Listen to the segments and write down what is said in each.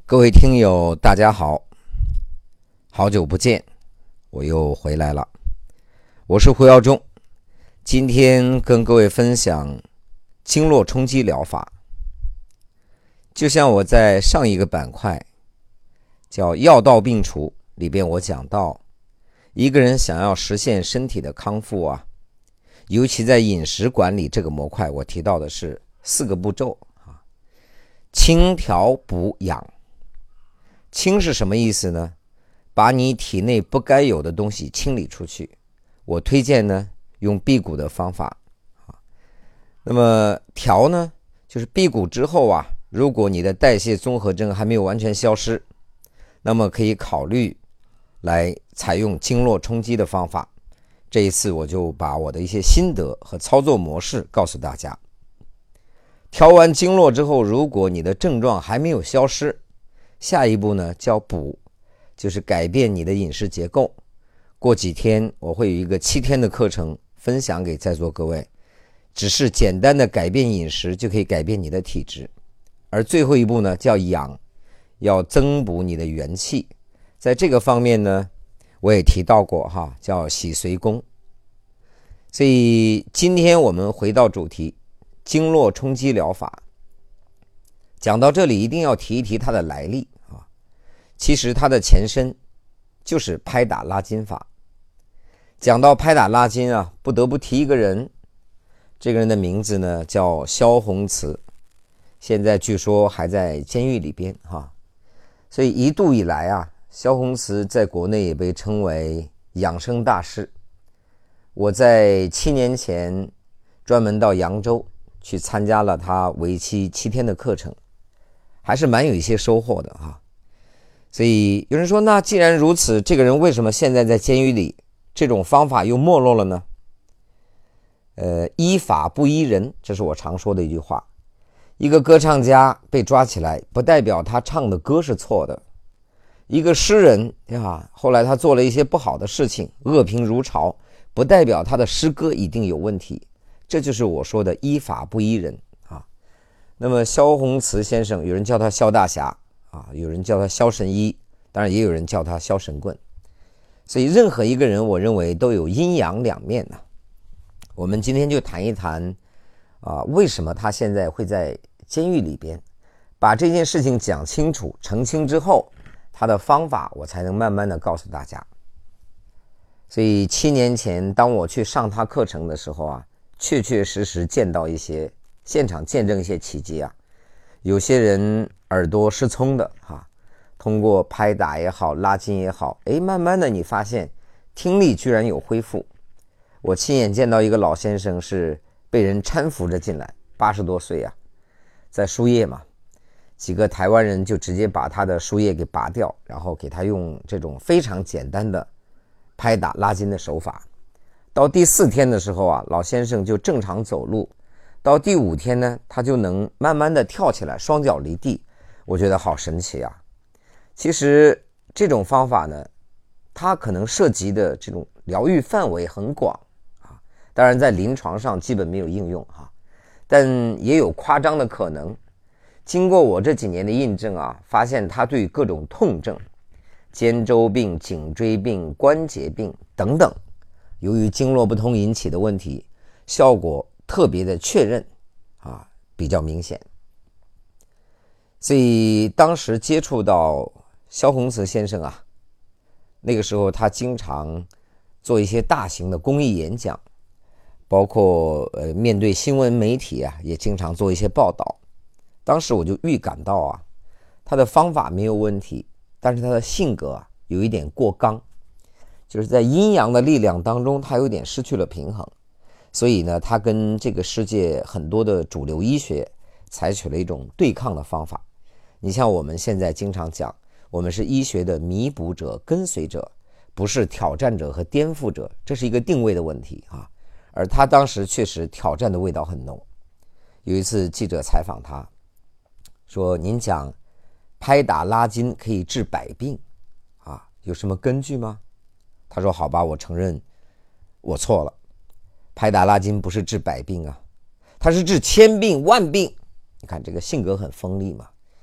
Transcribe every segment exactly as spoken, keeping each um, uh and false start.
各位听友大家好，好久不见，我又回来了。我是胡耀中，今天跟各位分享经络冲击疗法。就像我在上一个板块叫药到病除里边，我讲到一个人想要实现身体的康复啊，尤其在饮食管理这个模块，我提到的是四个步骤啊：清调补养。清是什么意思呢？把你体内不该有的东西清理出去。我推荐呢用辟谷的方法啊。那么调呢，就是辟谷之后啊，如果你的代谢综合征还没有完全消失，那么可以考虑来采用经络冲击的方法。这一次我就把我的一些心得和操作模式告诉大家。调完经络之后，如果你的症状还没有消失，下一步呢叫补，就是改变你的饮食结构。过几天我会有一个七天的课程分享给在座各位，只是简单的改变饮食就可以改变你的体质。而最后一步呢叫养，要增补你的元气。在这个方面呢我也提到过哈，叫洗髓功。所以今天我们回到主题，经络冲击疗法。讲到这里一定要提一提它的来历啊，其实它的前身就是拍打拉筋法。讲到拍打拉筋啊，不得不提一个人，这个人的名字呢叫萧红慈，现在据说还在监狱里边哈。所以一度以来啊，萧红慈在国内也被称为养生大师。我在七年前专门到扬州去参加了他为期七天的课程，还是蛮有一些收获的哈。所以有人说，那既然如此，这个人为什么现在在监狱里，这种方法又没落了呢？呃，依法不依人，这是我常说的一句话。一个歌唱家被抓起来，不代表他唱的歌是错的。一个诗人呀，后来他做了一些不好的事情，恶评如潮，不代表他的诗歌一定有问题。这就是我说的依法不依人啊。那么萧红慈先生，有人叫他萧大侠啊，有人叫他萧神医，当然也有人叫他萧神棍。所以任何一个人，我认为都有阴阳两面呢、啊。我们今天就谈一谈啊，为什么他现在会在监狱里边，把这件事情讲清楚、澄清之后，他的方法我才能慢慢的告诉大家。所以七年前当我去上他课程的时候啊，确确实实见到一些现场见证一些奇迹啊。有些人耳朵失聪的哈，通过拍打也好，拉筋也好，诶，慢慢的你发现听力居然有恢复。我亲眼见到一个老先生是被人搀扶着进来，八十多岁啊，在输液嘛，几个台湾人就直接把他的输液给拔掉，然后给他用这种非常简单的拍打拉筋的手法。到第四天的时候啊，老先生就正常走路。到第五天呢，他就能慢慢的跳起来，双脚离地。我觉得好神奇啊。其实这种方法呢，它可能涉及的这种疗愈范围很广啊，当然在临床上基本没有应用哈，但也有夸张的可能。经过我这几年的印证啊，发现它对各种痛症，肩周病、颈椎病、关节病等等，由于经络不通引起的问题，效果特别的确认啊，比较明显。所以当时接触到萧红慈先生啊，那个时候他经常做一些大型的公益演讲，包括呃面对新闻媒体啊，也经常做一些报道。当时我就预感到啊，他的方法没有问题，但是他的性格啊有一点过刚，就是在阴阳的力量当中，他有点失去了平衡。所以呢，他跟这个世界很多的主流医学采取了一种对抗的方法。你像我们现在经常讲，我们是医学的弥补者、跟随者，不是挑战者和颠覆者，这是一个定位的问题啊。而他当时确实挑战的味道很浓。有一次记者采访他，说：“您讲拍打拉筋可以治百病啊，有什么根据吗？”他说：“好吧，我承认我错了。拍打拉筋不是治百病啊，它是治千病万病。”你看这个性格很锋利嘛。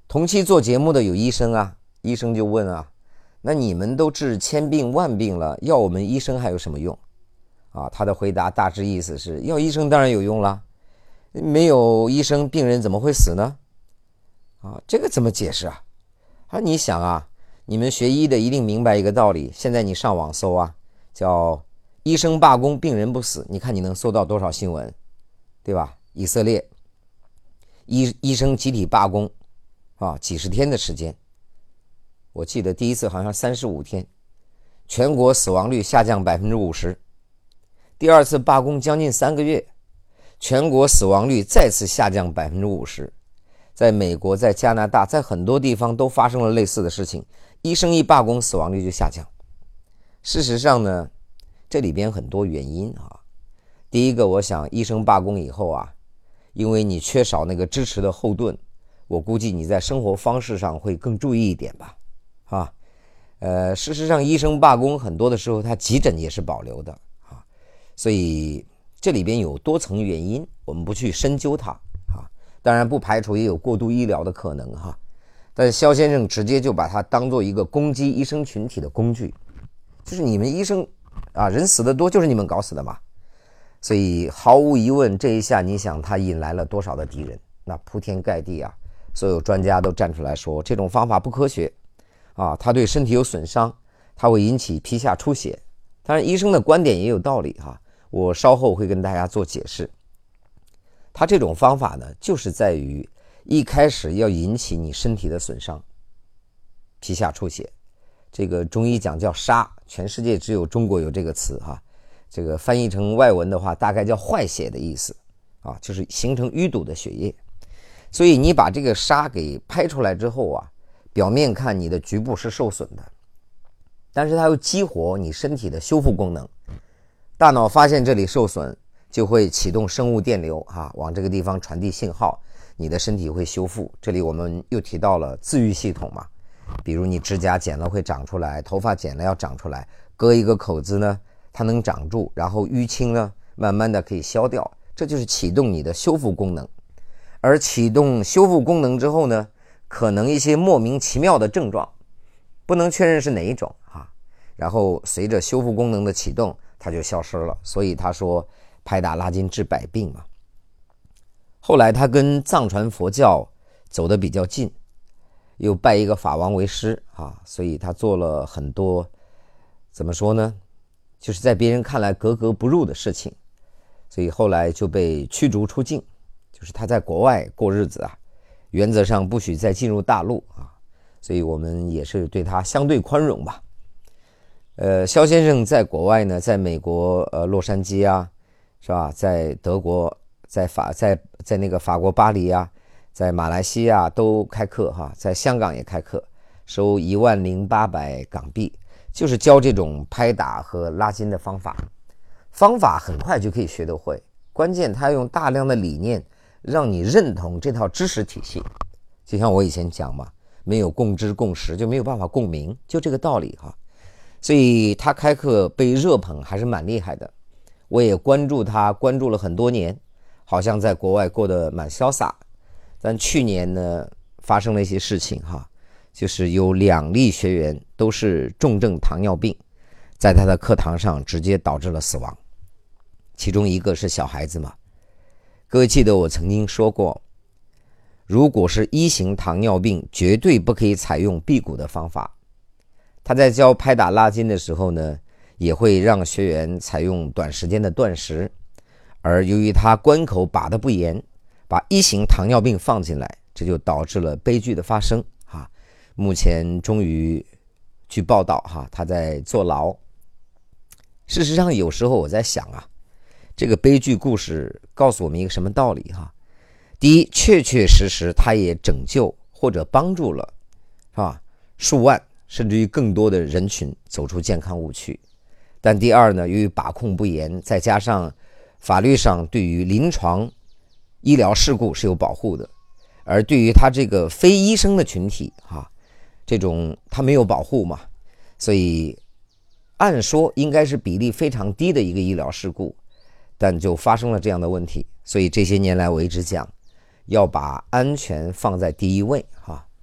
同期做节目的有医生啊，医生就问啊，那你们都治千病万病了，要我们医生还有什么用啊？他的回答大致意思是，要医生当然有用了，没有医生病人怎么会死呢？啊，这个怎么解释啊？啊，你想啊，你们学医的一定明白一个道理，现在你上网搜啊，叫医生罢工病人不死，你看你能搜到多少新闻，对吧？以色列医医生集体罢工啊，几十天的时间，我记得第一次好像三十五天，全国死亡率下降 百分之五十， 第二次罢工将近三个月，全国死亡率再次下降 百分之五十。 在美国，在加拿大，在很多地方都发生了类似的事情，医生一罢工死亡率就下降。事实上呢，这里边很多原因啊。第一个，我想医生罢工以后啊，因为你缺少那个支持的后盾，我估计你在生活方式上会更注意一点吧。啊，呃，事实上医生罢工很多的时候他急诊也是保留的啊，所以这里边有多层原因，我们不去深究它啊。当然不排除也有过度医疗的可能哈，但肖先生直接就把它当做一个攻击医生群体的工具，就是你们医生啊，人死得多就是你们搞死的嘛。所以毫无疑问，这一下你想他引来了多少的敌人，那铺天盖地啊，所有专家都站出来说这种方法不科学啊，它对身体有损伤，它会引起皮下出血。当然医生的观点也有道理哈，我稍后会跟大家做解释。他这种方法呢，就是在于一开始要引起你身体的损伤，皮下出血，这个中医讲叫杀，全世界只有中国有这个词哈。这个翻译成外文的话，大概叫坏血的意思啊，就是形成淤堵的血液。所以你把这个杀给拍出来之后啊，表面看你的局部是受损的，但是它又激活你身体的修复功能。大脑发现这里受损，就会启动生物电流啊，往这个地方传递信号，你的身体会修复。这里我们又提到了自愈系统嘛，比如你指甲剪了会长出来，头发剪了要长出来，割一个口子呢，它能长住，然后淤青呢，慢慢的可以消掉，这就是启动你的修复功能。而启动修复功能之后呢，可能一些莫名其妙的症状，不能确认是哪一种啊，然后随着修复功能的启动，它就消失了。所以他说拍打拉筋治百病嘛。后来他跟藏传佛教走得比较近，又拜一个法王为师啊，所以他做了很多怎么说呢，就是在别人看来格格不入的事情，所以后来就被驱逐出境，就是他在国外过日子啊，原则上不许再进入大陆啊，所以我们也是对他相对宽容吧。呃，肖先生在国外呢，在美国呃洛杉矶啊，是吧？在德国，在法在在那个法国巴黎啊，在马来西亚都开课哈，在香港也开课，收一万零八百港币，就是教这种拍打和拉筋的方法。方法很快就可以学得会，关键他用大量的理念让你认同这套知识体系。就像我以前讲嘛，没有共知共识就没有办法共鸣，就这个道理哈。所以他开课被热捧还是蛮厉害的，我也关注他关注了很多年，好像在国外过得蛮潇洒。但去年呢发生了一些事情哈，就是有两例学员都是重症糖尿病，在他的课堂上直接导致了死亡，其中一个是小孩子嘛。各位记得我曾经说过，如果是一型糖尿病绝对不可以采用辟谷的方法。他在教拍打拉筋的时候呢，也会让学员采用短时间的断食，而由于他关口把得不严，把一型糖尿病放进来，这就导致了悲剧的发生哈。目前终于据报道哈，他在坐牢。事实上有时候我在想啊，这个悲剧故事告诉我们一个什么道理哈？第一，确确实实他也拯救或者帮助了是吧数万甚至于更多的人群走出健康误区。但第二呢，由于把控不严，再加上法律上对于临床医疗事故是有保护的，而对于他这个非医生的群体哈，这种他没有保护嘛，所以按说应该是比例非常低的一个医疗事故，但就发生了这样的问题。所以这些年来我一直讲，要把安全放在第一位哈。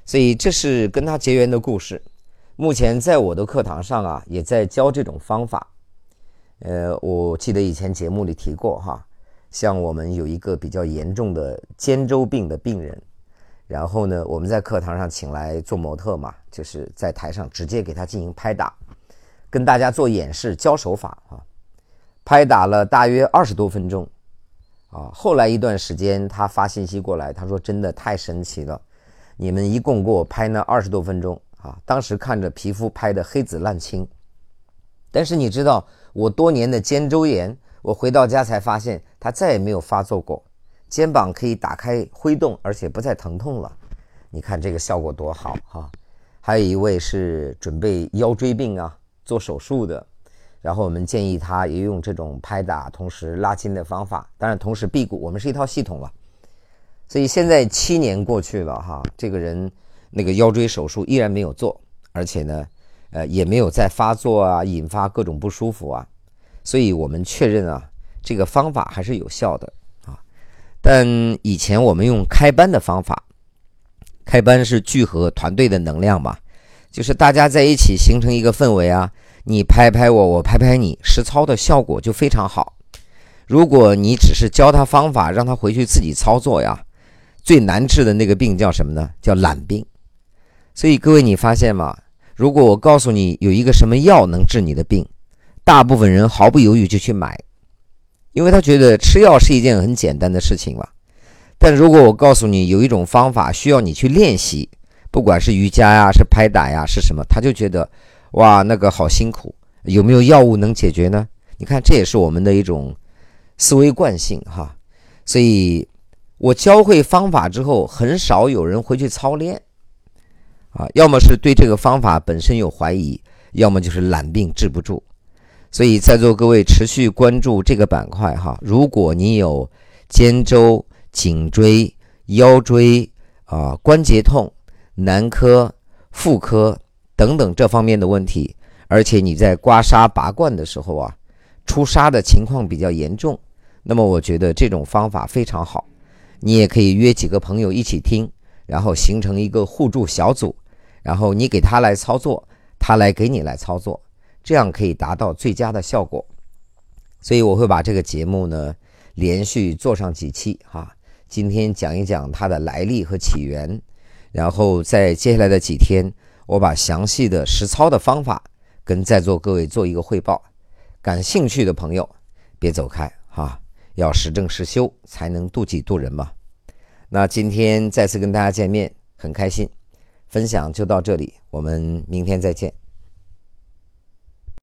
所以这是跟他结缘的故事。目前在我的课堂上啊，也在教这种方法。呃，我记得以前节目里提过哈，像我们有一个比较严重的肩周病的病人，然后呢，我们在课堂上请来做模特嘛，就是在台上直接给他进行拍打，跟大家做演示教手法啊。拍打了大约二十多分钟啊，后来一段时间他发信息过来，他说真的太神奇了，你们一共给我拍那二十多分钟啊，当时看着皮肤拍得黑紫烂青，但是你知道我多年的肩周炎，我回到家才发现它再也没有发作过，肩膀可以打开挥动，而且不再疼痛了。你看这个效果多好哈！还有一位是准备腰椎病啊，做手术的，然后我们建议他也用这种拍打同时拉筋的方法，当然同时辟谷，我们是一套系统了。所以现在七年过去了哈，这个人那个腰椎手术依然没有做，而且呢，呃，也没有再发作啊，引发各种不舒服啊。所以我们确认啊，这个方法还是有效的啊。但以前我们用开班的方法，开班是聚合团队的能量嘛，就是大家在一起形成一个氛围啊，你拍拍我，我拍拍你，实操的效果就非常好。如果你只是教他方法，让他回去自己操作呀，最难治的那个病叫什么呢？叫懒病。所以各位你发现吗？如果我告诉你有一个什么药能治你的病，大部分人毫不犹豫就去买，因为他觉得吃药是一件很简单的事情嘛。但如果我告诉你有一种方法需要你去练习，不管是瑜伽呀，是拍打呀，是什么，他就觉得哇，那个好辛苦，有没有药物能解决呢？你看，这也是我们的一种思维惯性哈。所以我教会方法之后，很少有人回去操练啊，要么是对这个方法本身有怀疑，要么就是懒病治不住。所以在座各位持续关注这个板块哈，如果你有肩周、颈椎、腰椎啊、关节痛、男科、妇科等等这方面的问题，而且你在刮痧拔罐的时候啊，出痧的情况比较严重，那么我觉得这种方法非常好。你也可以约几个朋友一起听，然后形成一个互助小组，然后你给他来操作，他来给你来操作，这样可以达到最佳的效果。所以我会把这个节目呢连续做上几期哈，今天讲一讲它的来历和起源，然后在接下来的几天，我把详细的实操的方法跟在座各位做一个汇报。感兴趣的朋友别走开哈，要实证实修才能度己度人嘛。那今天再次跟大家见面很开心，分享就到这里，我们明天再见。